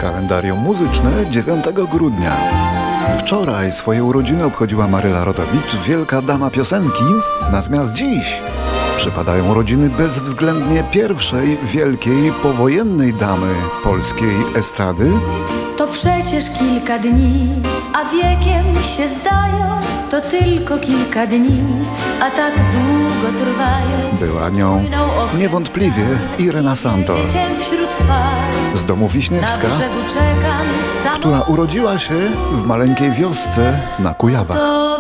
Kalendarium muzyczne 9 grudnia. Wczoraj swoje urodziny obchodziła Maryla Rodowicz, wielka dama piosenki, natomiast dziś przypadają urodziny bezwzględnie pierwszej wielkiej powojennej damy polskiej estrady. To przecież kilka dni, a wiekiem się zdają, to tylko kilka dni, a tak długo trwają. Była nią niewątpliwie Irena Santor z domu Wiśniewska, która urodziła się w maleńkiej wiosce na Kujawach.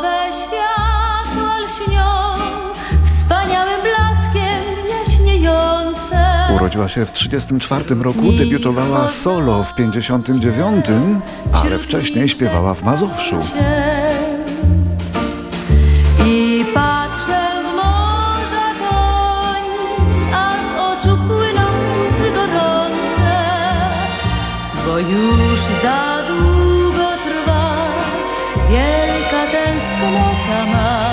Urodziła się w 1934 roku, debiutowała solo w 1959, ale wcześniej śpiewała w Mazowszu. I patrzę w morze toń, a z oczu płyną łzy gorące, bo już za długo trwa wielka tęsknota ma.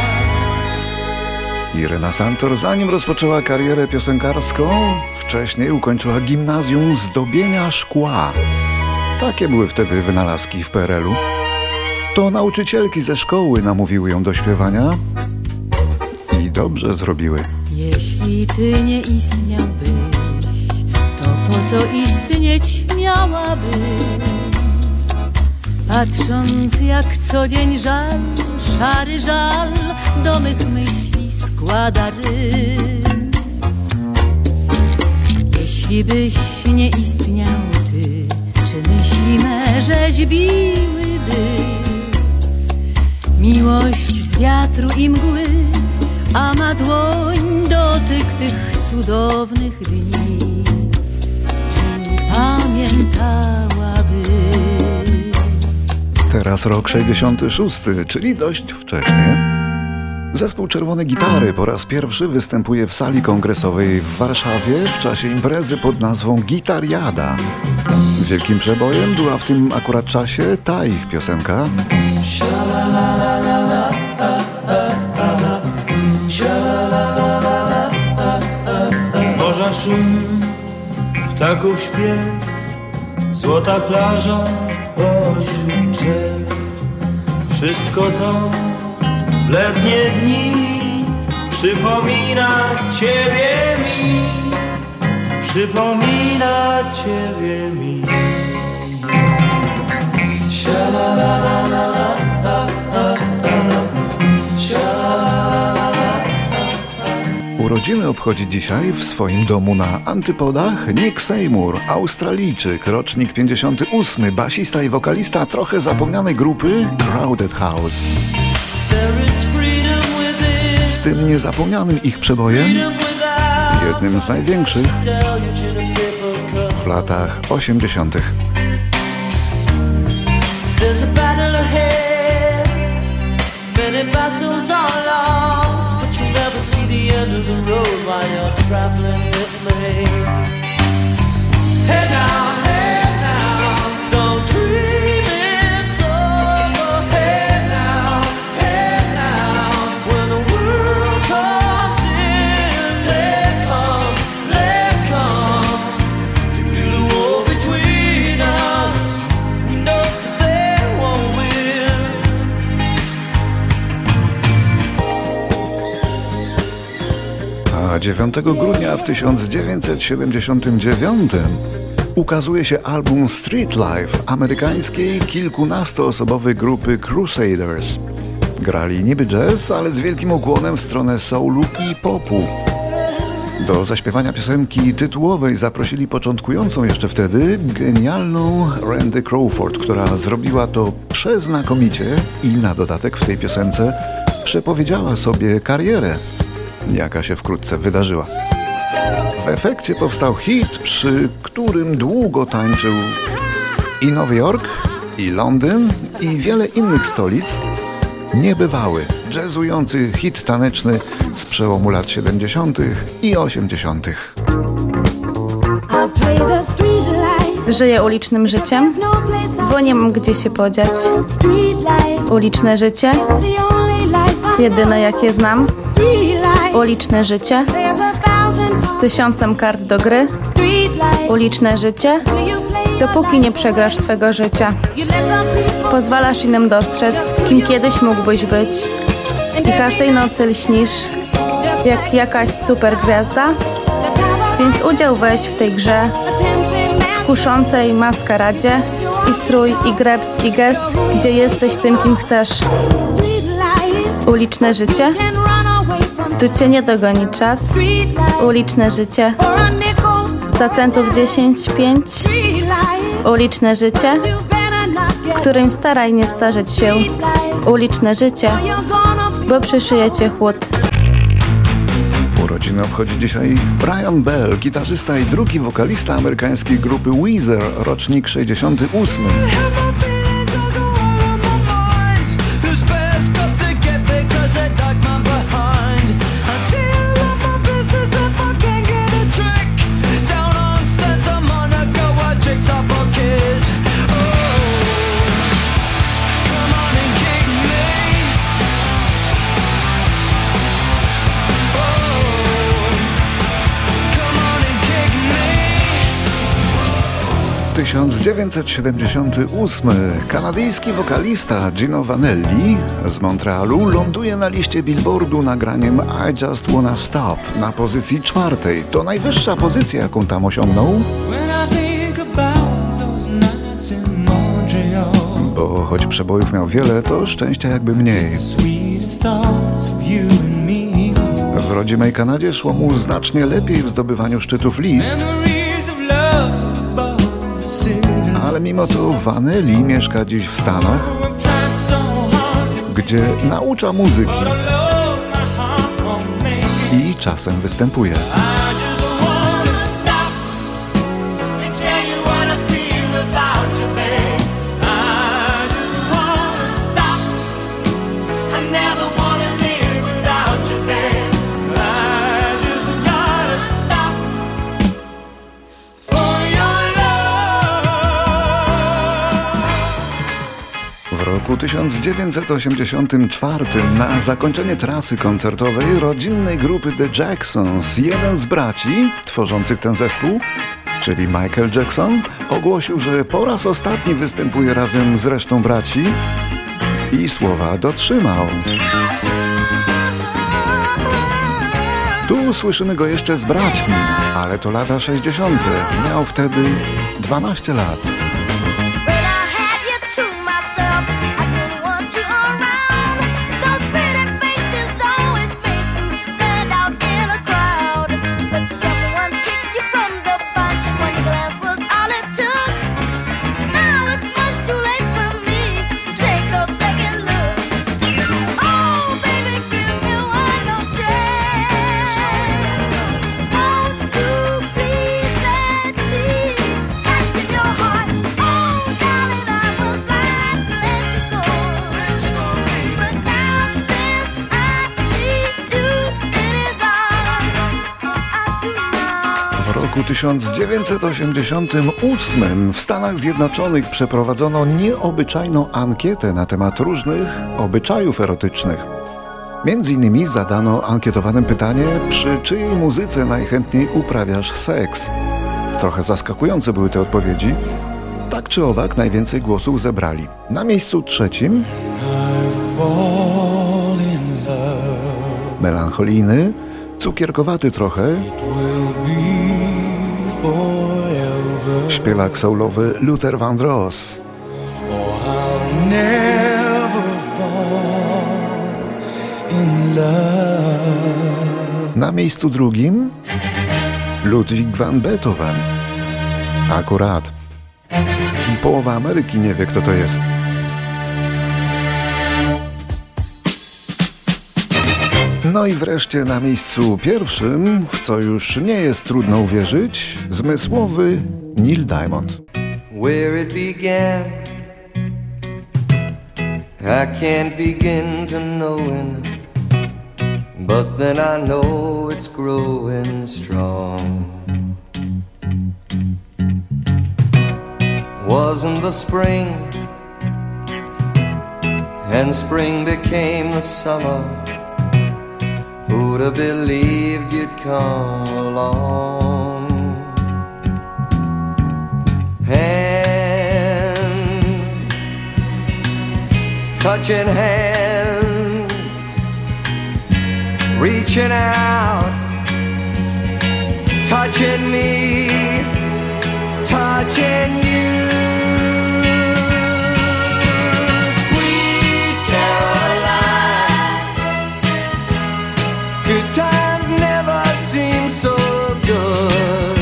Irena Santor, zanim rozpoczęła karierę piosenkarską, wcześniej ukończyła gimnazjum zdobienia szkła. Takie były wtedy wynalazki w PRL-u. To nauczycielki ze szkoły namówiły ją do śpiewania i dobrze zrobiły. Jeśli ty nie istniałbyś, to po co istnieć miałabyś? Patrząc jak co dzień żal, szary żal do mych myśli składa rym. Jeśli byś nie istniał ty, czy myśli me rzeźbiłyby miłość z wiatru i mgły, a ma dłoń dotyk tych cudownych dni? Czy pamiętałaby? Teraz rok 66, czyli dość wcześnie. Zespół Czerwone Gitary po raz pierwszy występuje w sali kongresowej w Warszawie w czasie imprezy pod nazwą Gitariada. Wielkim przebojem była w tym akurat czasie ta ich piosenka. Morza szum, ptaków śpiew, złota plaża, ozim drzew. Wszystko to w letnie dni przypomina ciebie mi, przypomina ciebie mi. Urodziny obchodzi dzisiaj w swoim domu na Antypodach Nick Seymour, Australijczyk, rocznik 58, basista i wokalista trochę zapomnianej grupy Crowded House. Z tym niezapomnianym ich przebojem, jednym z największych w latach 80. A 9 grudnia w 1979 ukazuje się album Street Life amerykańskiej kilkunastoosobowej grupy Crusaders. Grali niby jazz, ale z wielkim ukłonem w stronę soulu i popu. Do zaśpiewania piosenki tytułowej zaprosili początkującą jeszcze wtedy genialną Randy Crawford, która zrobiła to przeznakomicie i na dodatek w tej piosence przepowiedziała sobie karierę, jaka się wkrótce wydarzyła. W efekcie powstał hit, przy którym długo tańczył i Nowy Jork, i Londyn, i wiele innych stolic. Niebywały, jazzujący hit taneczny z przełomu lat 70. i 80. Żyję ulicznym życiem, bo nie mam gdzie się podziać. Uliczne życie, jedyne jakie znam. Uliczne życie, z 1000 kart do gry, uliczne życie, dopóki nie przegrasz swego życia. Pozwalasz innym dostrzec, kim kiedyś mógłbyś być i każdej nocy lśnisz jak jakaś super gwiazda, więc udział weź w tej grze, w kuszącej maskaradzie i strój, i greps, i gest, gdzie jesteś tym, kim chcesz. Uliczne życie, tu cię nie dogoni czas. Uliczne życie, za centów 10, 5. Uliczne życie, w którym staraj nie starzeć się. Uliczne życie, bo przyszyje cię chłód. Urodziny obchodzi dzisiaj Brian Bell, gitarzysta i drugi wokalista amerykańskiej grupy Weezer, rocznik 68. W 1978 kanadyjski wokalista Gino Vanelli z Montrealu ląduje na liście Billboardu nagraniem I Just Wanna Stop na pozycji 4. To najwyższa pozycja, jaką tam osiągnął. Bo choć przebojów miał wiele, to szczęścia jakby mniej. W rodzimej Kanadzie szło mu znacznie lepiej w zdobywaniu szczytów list. Ale mimo to Vanelli mieszka dziś w Stanach, gdzie naucza muzyki i czasem występuje. W roku 1984 na zakończenie trasy koncertowej rodzinnej grupy The Jacksons jeden z braci tworzących ten zespół, czyli Michael Jackson, ogłosił, że po raz ostatni występuje razem z resztą braci i słowa dotrzymał. Tu słyszymy go jeszcze z braćmi, ale to lata 60. Miał wtedy 12 lat. W roku 1988 w Stanach Zjednoczonych przeprowadzono nieobyczajną ankietę na temat różnych obyczajów erotycznych. Między innymi zadano ankietowanym pytanie, przy czyjej muzyce najchętniej uprawiasz seks. Trochę zaskakujące były te odpowiedzi. Tak czy owak najwięcej głosów zebrali. Na miejscu 3 melancholijny, cukierkowaty trochę śpiewak soulowy Luther Vandross. Na miejscu 2 Ludwig van Beethoven. Akurat. Połowa Ameryki nie wie, kto to jest. No i wreszcie na miejscu 1, w co już nie jest trudno uwierzyć, zmysłowy Neil Diamond. Where it began, I can't begin to knowing, but then I know it's growing strong. Wasn't the spring, and spring became the summer. Who'd have believed you'd come along. Hand, touching hands, reaching out, touching me, touching you. Sweet Caroline, good times never seem so good.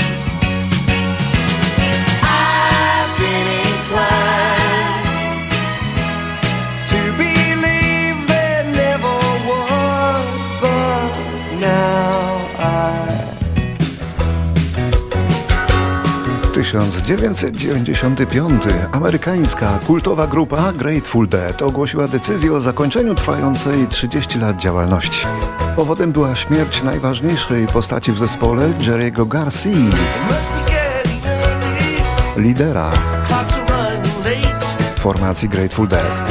I've been inclined to believe there never was, but now I 1995. Amerykańska kultowa grupa Grateful Dead ogłosiła decyzję o zakończeniu trwającej 30 lat działalności. Powodem była śmierć najważniejszej postaci w zespole, Jerry'ego Garcia, lidera formacji Grateful Dead.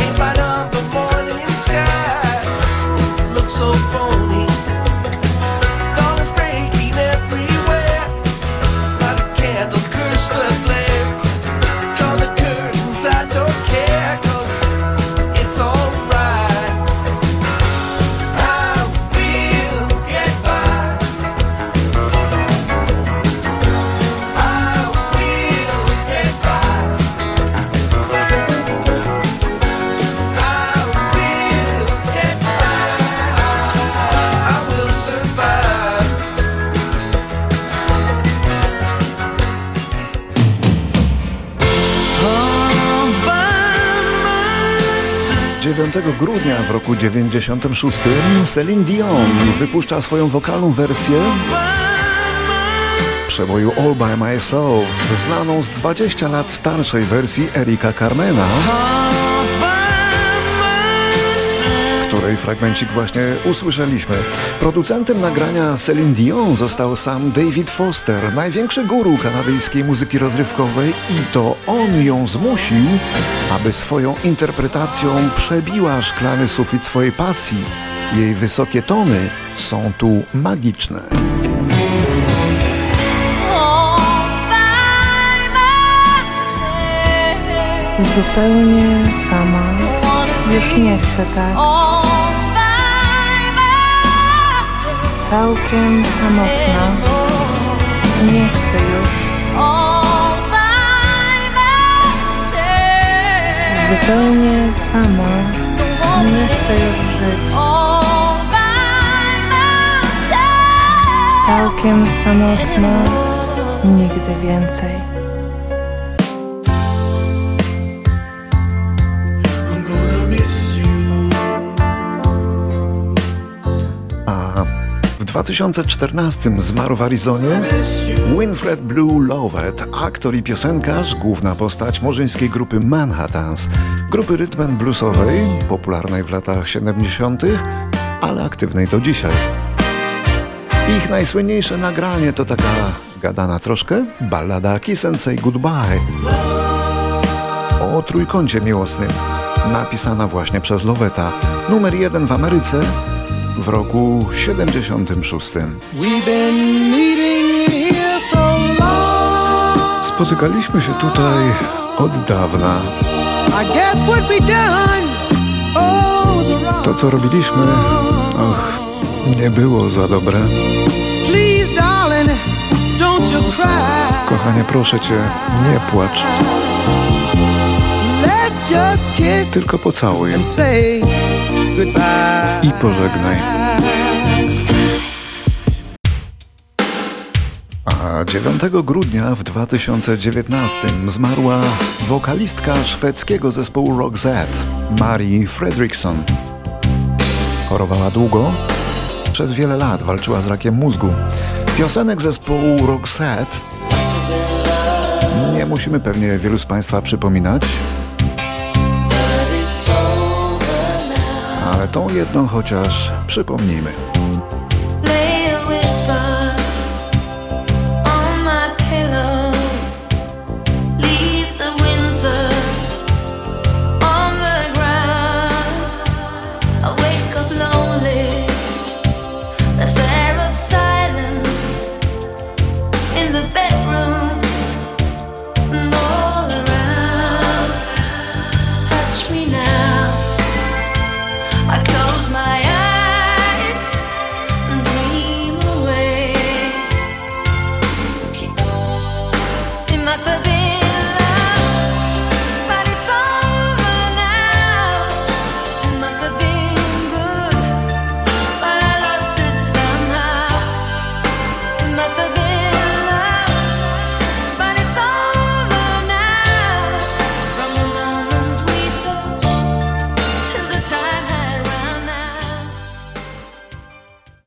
Grudnia w roku 96 Celine Dion wypuszcza swoją wokalną wersję przeboju All By Myself, znaną z 20 lat starszej wersji Erika Carmena, której fragmencik właśnie usłyszeliśmy. Producentem nagrania Celine Dion został sam David Foster, największy guru kanadyjskiej muzyki rozrywkowej, i to on ją zmusił, aby swoją interpretacją przebiła szklany sufit swojej pasji. Jej wysokie tony są tu magiczne. Zupełnie sama, już nie chcę tak. Całkiem samotna, nie chcę już. Zupełnie sama, nie chcę już żyć. Całkiem samotna, nigdy więcej. W 2014 zmarł w Arizonie Winfred Blue Lovett, aktor i piosenkarz, główna postać murzyńskiej grupy Manhattans, grupy rytm and bluesowej, popularnej w latach 70., ale aktywnej do dzisiaj. Ich najsłynniejsze nagranie to taka gadana troszkę ballada Kiss and Say Goodbye o trójkącie miłosnym, napisana właśnie przez Lovetta, numer 1 w Ameryce w roku 76. Spotykaliśmy się tutaj od dawna. To, co robiliśmy, nie było za dobre. Kochanie, proszę cię, nie płacz. Tylko pocałuj i pożegnaj. A 9 grudnia w 2019 zmarła wokalistka szwedzkiego zespołu Roxette, Marie Fredriksson. Chorowała długo, przez wiele lat walczyła z rakiem mózgu. Piosenek zespołu Roxette nie musimy pewnie wielu z Państwa przypominać, ale tą jedną chociaż przypomnijmy.